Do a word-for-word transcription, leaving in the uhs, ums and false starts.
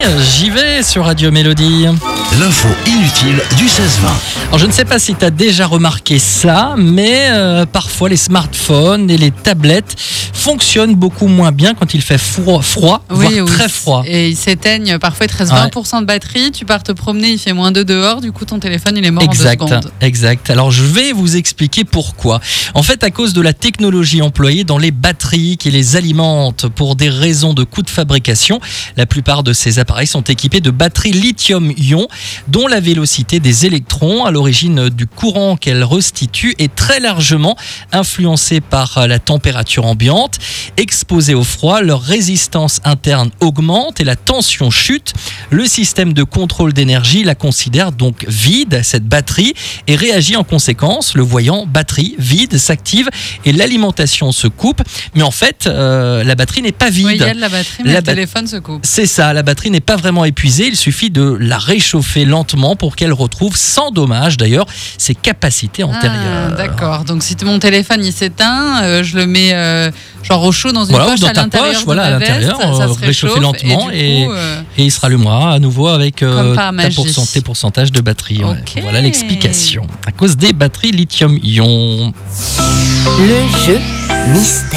J'y vais sur Radio Mélodie. L'info inutile du seize vingt. Alors, je ne sais pas si tu as déjà remarqué ça, mais euh, parfois les smartphones et les tablettes fonctionnent beaucoup moins bien quand il fait froid, froid Oui, voire oui. très froid. Et ils s'éteignent, parfois il te reste Ouais. vingt pour cent de batterie, tu pars te promener, il fait moins deux dehors, du coup ton téléphone il est mort Exact, en deux secondes. exact. Alors je vais vous expliquer pourquoi. En fait, à cause de la technologie employée dans les batteries qui les alimentent pour des raisons de coût de fabrication, la plupart de ces appareils sont équipés de batteries lithium-ion dont la vélocité des électrons à l'origine du courant qu'elles restituent est très largement influencée par la température ambiante. Exposées au froid, leur résistance interne augmente et la tension chute. Le système de contrôle d'énergie la considère donc vide, cette batterie, et réagit en conséquence. Le voyant batterie vide s'active et l'alimentation se coupe. Mais en fait, euh, la batterie n'est pas vide. Oui, il y a de la batterie, mais La le bat- téléphone se coupe. C'est ça, la batterie n'est pas vraiment épuisée, il suffit de la réchauffer lentement pour qu'elle retrouve sans dommage d'ailleurs ses capacités antérieures. Ah, d'accord, donc si mon téléphone il s'éteint, euh, je le mets euh, genre au chaud dans une Voilà, ou poche dans à ta l'intérieur poche, de voilà, ma à veste, l'intérieur, ça, ça euh, se réchauffer réchauffe, lentement et, du et- coup, euh, Et il se rallumera à nouveau avec euh, Comme par ta magie. pourcent- tes pourcentages de batterie. ouais. Ok. Voilà l'explication. À cause des batteries lithium-ion. Le jeu mystère.